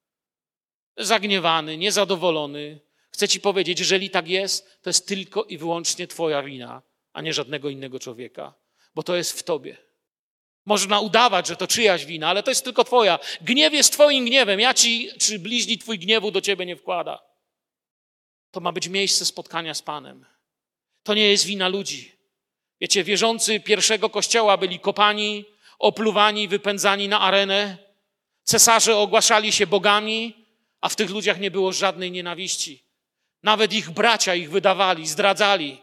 zagniewany, niezadowolony? Chcę ci powiedzieć, jeżeli tak jest, to jest tylko i wyłącznie twoja wina, a nie żadnego innego człowieka, bo to jest w tobie. Można udawać, że to czyjaś wina, ale to jest tylko twoja. Gniew jest twoim gniewem. Ja ci, czy bliźni twój gniewu do ciebie nie wkłada. To ma być miejsce spotkania z Panem. To nie jest wina ludzi. Wiecie, wierzący pierwszego kościoła byli kopani, opluwani, wypędzani na arenę. Cesarze ogłaszali się bogami, a w tych ludziach nie było żadnej nienawiści. Nawet ich bracia ich wydawali, zdradzali.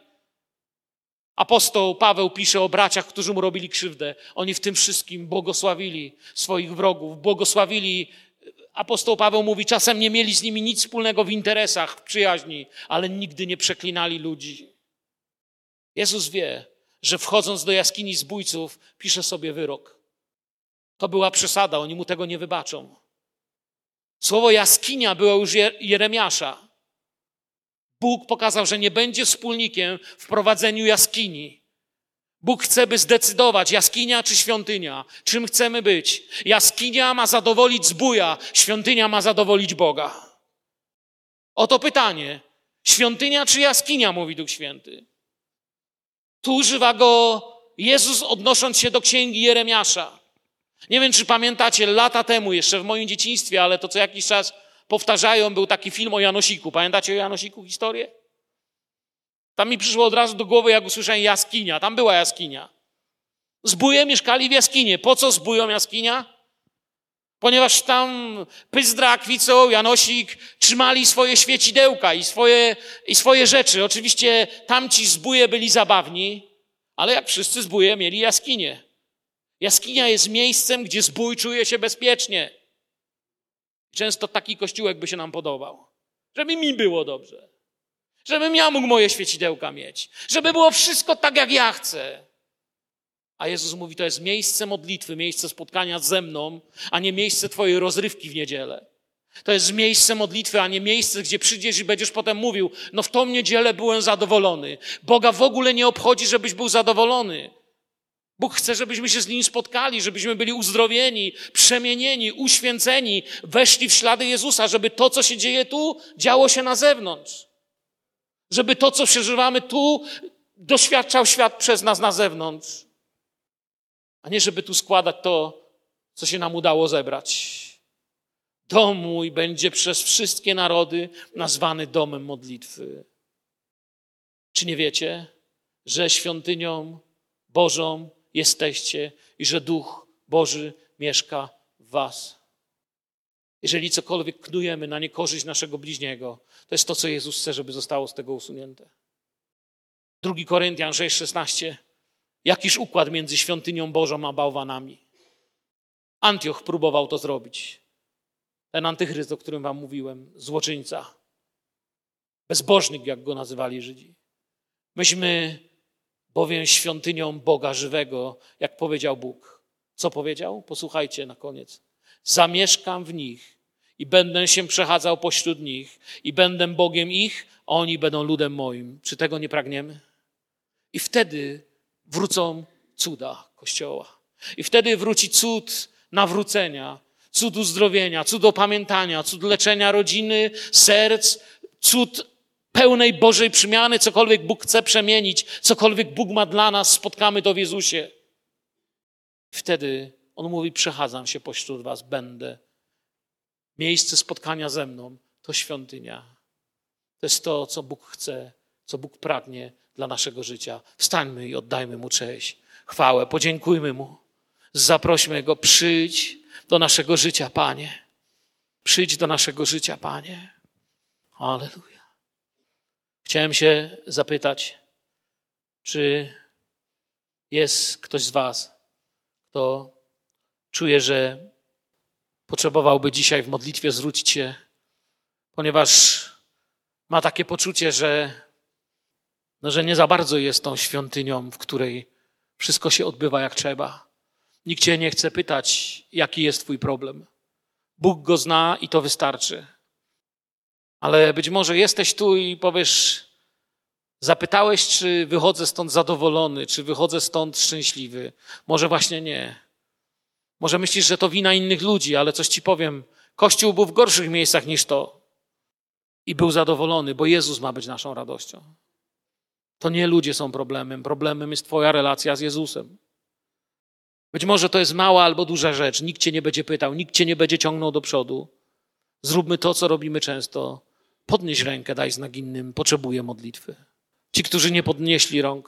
Apostoł Paweł pisze o braciach, którzy mu robili krzywdę. Oni w tym wszystkim błogosławili swoich wrogów, błogosławili. Apostoł Paweł mówi, czasem nie mieli z nimi nic wspólnego w interesach, w przyjaźni, ale nigdy nie przeklinali ludzi. Jezus wie, że wchodząc do jaskini zbójców, pisze sobie wyrok. To była przesada, oni mu tego nie wybaczą. Słowo jaskinia było już Jeremiasza. Bóg pokazał, że nie będzie wspólnikiem w prowadzeniu jaskini. Bóg chce, by zdecydować, jaskinia czy świątynia, czym chcemy być. Jaskinia ma zadowolić zbója, świątynia ma zadowolić Boga. Oto pytanie, świątynia czy jaskinia, mówi Duch Święty. Tu używa go Jezus, odnosząc się do księgi Jeremiasza. Nie wiem, czy pamiętacie, lata temu, jeszcze w moim dzieciństwie, ale to co jakiś czas powtarzają, był taki film o Janosiku. Pamiętacie o Janosiku historię? Tam mi przyszło od razu do głowy, jak usłyszałem jaskinia. Tam była jaskinia. Zbóje mieszkali w jaskinie. Po co zbójom jaskinia? Ponieważ tam Pyzdra, Kwicoł, Janosik trzymali swoje świecidełka i swoje, i swoje rzeczy. Oczywiście tamci zbóje byli zabawni, ale jak wszyscy zbóje mieli jaskinię. Jaskinia jest miejscem, gdzie zbój czuje się bezpiecznie. Często taki kościółek by się nam podobał. Żeby mi było dobrze. Żebym ja mógł moje świecidełka mieć. Żeby było wszystko tak, jak ja chcę. A Jezus mówi, to jest miejsce modlitwy, miejsce spotkania ze mną, a nie miejsce twojej rozrywki w niedzielę. To jest miejsce modlitwy, a nie miejsce, gdzie przyjdziesz i będziesz potem mówił, no w tą niedzielę byłem zadowolony. Boga w ogóle nie obchodzi, żebyś był zadowolony. Bóg chce, żebyśmy się z Nim spotkali, żebyśmy byli uzdrowieni, przemienieni, uświęceni, weszli w ślady Jezusa, żeby to, co się dzieje tu, działo się na zewnątrz. Żeby to, co przeżywamy tu, doświadczał świat przez nas na zewnątrz. A nie, żeby tu składać to, co się nam udało zebrać. Dom mój będzie przez wszystkie narody nazwany domem modlitwy. Czy nie wiecie, że świątynią Bożą jesteście i że Duch Boży mieszka w was? Jeżeli cokolwiek knujemy na niekorzyść naszego bliźniego, to jest to, co Jezus chce, żeby zostało z tego usunięte. Drugi Koryntian sześć szesnaście. Jakiż układ między świątynią Bożą a bałwanami? Antioch próbował to zrobić. Ten antychryst, o którym wam mówiłem, złoczyńca. Bezbożnik, jak go nazywali Żydzi. Myśmy bowiem świątynią Boga żywego, jak powiedział Bóg. Co powiedział? Posłuchajcie na koniec. Zamieszkam w nich i będę się przechadzał pośród nich i będę Bogiem ich, a oni będą ludem moim. Czy tego nie pragniemy? I wtedy wrócą cuda Kościoła. I wtedy wróci cud nawrócenia, cud uzdrowienia, cud opamiętania, cud leczenia rodziny, serc, cud pełnej Bożej przemiany, cokolwiek Bóg chce przemienić, cokolwiek Bóg ma dla nas, spotkamy to w Jezusie. Wtedy On mówi, przechadzam się pośród was, będę. Miejsce spotkania ze mną to świątynia. To jest to, co Bóg chce, co Bóg pragnie dla naszego życia. Wstańmy i oddajmy Mu cześć, chwałę, podziękujmy Mu. Zaprośmy Go, przyjdź do naszego życia, Panie. Przyjdź do naszego życia, Panie. Alleluja. Chciałem się zapytać, czy jest ktoś z was, kto czuje, że potrzebowałby dzisiaj w modlitwie zwrócić się, ponieważ ma takie poczucie, że, no, że nie za bardzo jest tą świątynią, w której wszystko się odbywa jak trzeba. Nikt cię nie chce pytać, jaki jest twój problem. Bóg go zna i to wystarczy. Ale być może jesteś tu i powiesz, zapytałeś, czy wychodzę stąd zadowolony, czy wychodzę stąd szczęśliwy. Może właśnie nie. Może myślisz, że to wina innych ludzi, ale coś ci powiem. Kościół był w gorszych miejscach niż to. I był zadowolony, bo Jezus ma być naszą radością. To nie ludzie są problemem. Problemem jest twoja relacja z Jezusem. Być może to jest mała albo duża rzecz. Nikt cię nie będzie pytał, nikt cię nie będzie ciągnął do przodu. Zróbmy to, co robimy często. Podnieś rękę, daj znak innym. Potrzebuję modlitwy. Ci, którzy nie podnieśli rąk,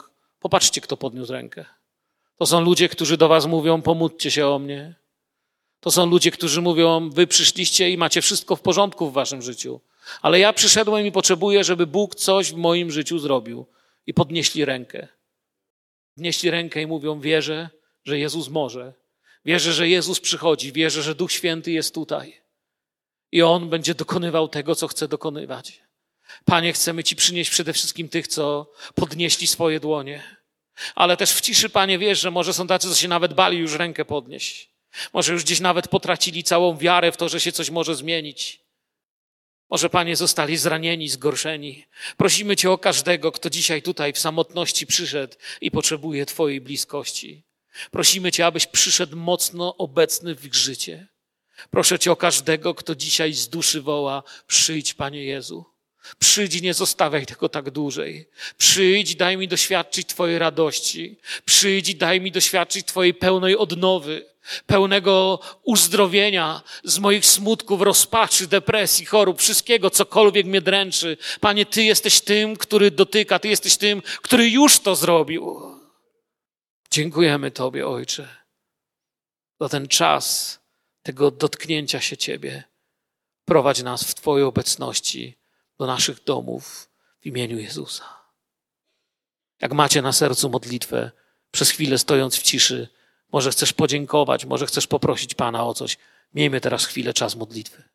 Popatrzcie, kto podniósł rękę. To są ludzie, którzy do was mówią, pomódlcie się o mnie. To są ludzie, którzy mówią, wy przyszliście i macie wszystko w porządku w waszym życiu. Ale ja przyszedłem i potrzebuję, żeby Bóg coś w moim życiu zrobił. I podnieśli rękę. Podnieśli rękę i mówią, wierzę, że Jezus może. Wierzę, że Jezus przychodzi. Wierzę, że Duch Święty jest tutaj. I On będzie dokonywał tego, co chce dokonywać. Panie, chcemy Ci przynieść przede wszystkim tych, co podnieśli swoje dłonie. Ale też w ciszy, Panie, wiesz, że może są tacy, co się nawet bali już rękę podnieść. Może już gdzieś nawet potracili całą wiarę w to, że się coś może zmienić. Może, Panie, zostali zranieni, zgorszeni. Prosimy Cię o każdego, kto dzisiaj tutaj w samotności przyszedł i potrzebuje Twojej bliskości. Prosimy Cię, abyś przyszedł mocno obecny w ich życie. Proszę Cię o każdego, kto dzisiaj z duszy woła, przyjdź, Panie Jezu. Przyjdź i nie zostawiaj tego tak dłużej. Przyjdź, daj mi doświadczyć Twojej radości. Przyjdź i daj mi doświadczyć Twojej pełnej odnowy, pełnego uzdrowienia z moich smutków, rozpaczy, depresji, chorób, wszystkiego, cokolwiek mnie dręczy. Panie, Ty jesteś tym, który dotyka, Ty jesteś tym, który już to zrobił. Dziękujemy Tobie, Ojcze, za ten czas tego dotknięcia się Ciebie. Prowadź nas w Twojej obecności do naszych domów w imieniu Jezusa. Jak macie na sercu modlitwę, przez chwilę stojąc w ciszy, może chcesz podziękować, może chcesz poprosić Pana o coś. Miejmy teraz chwilę, czas modlitwy.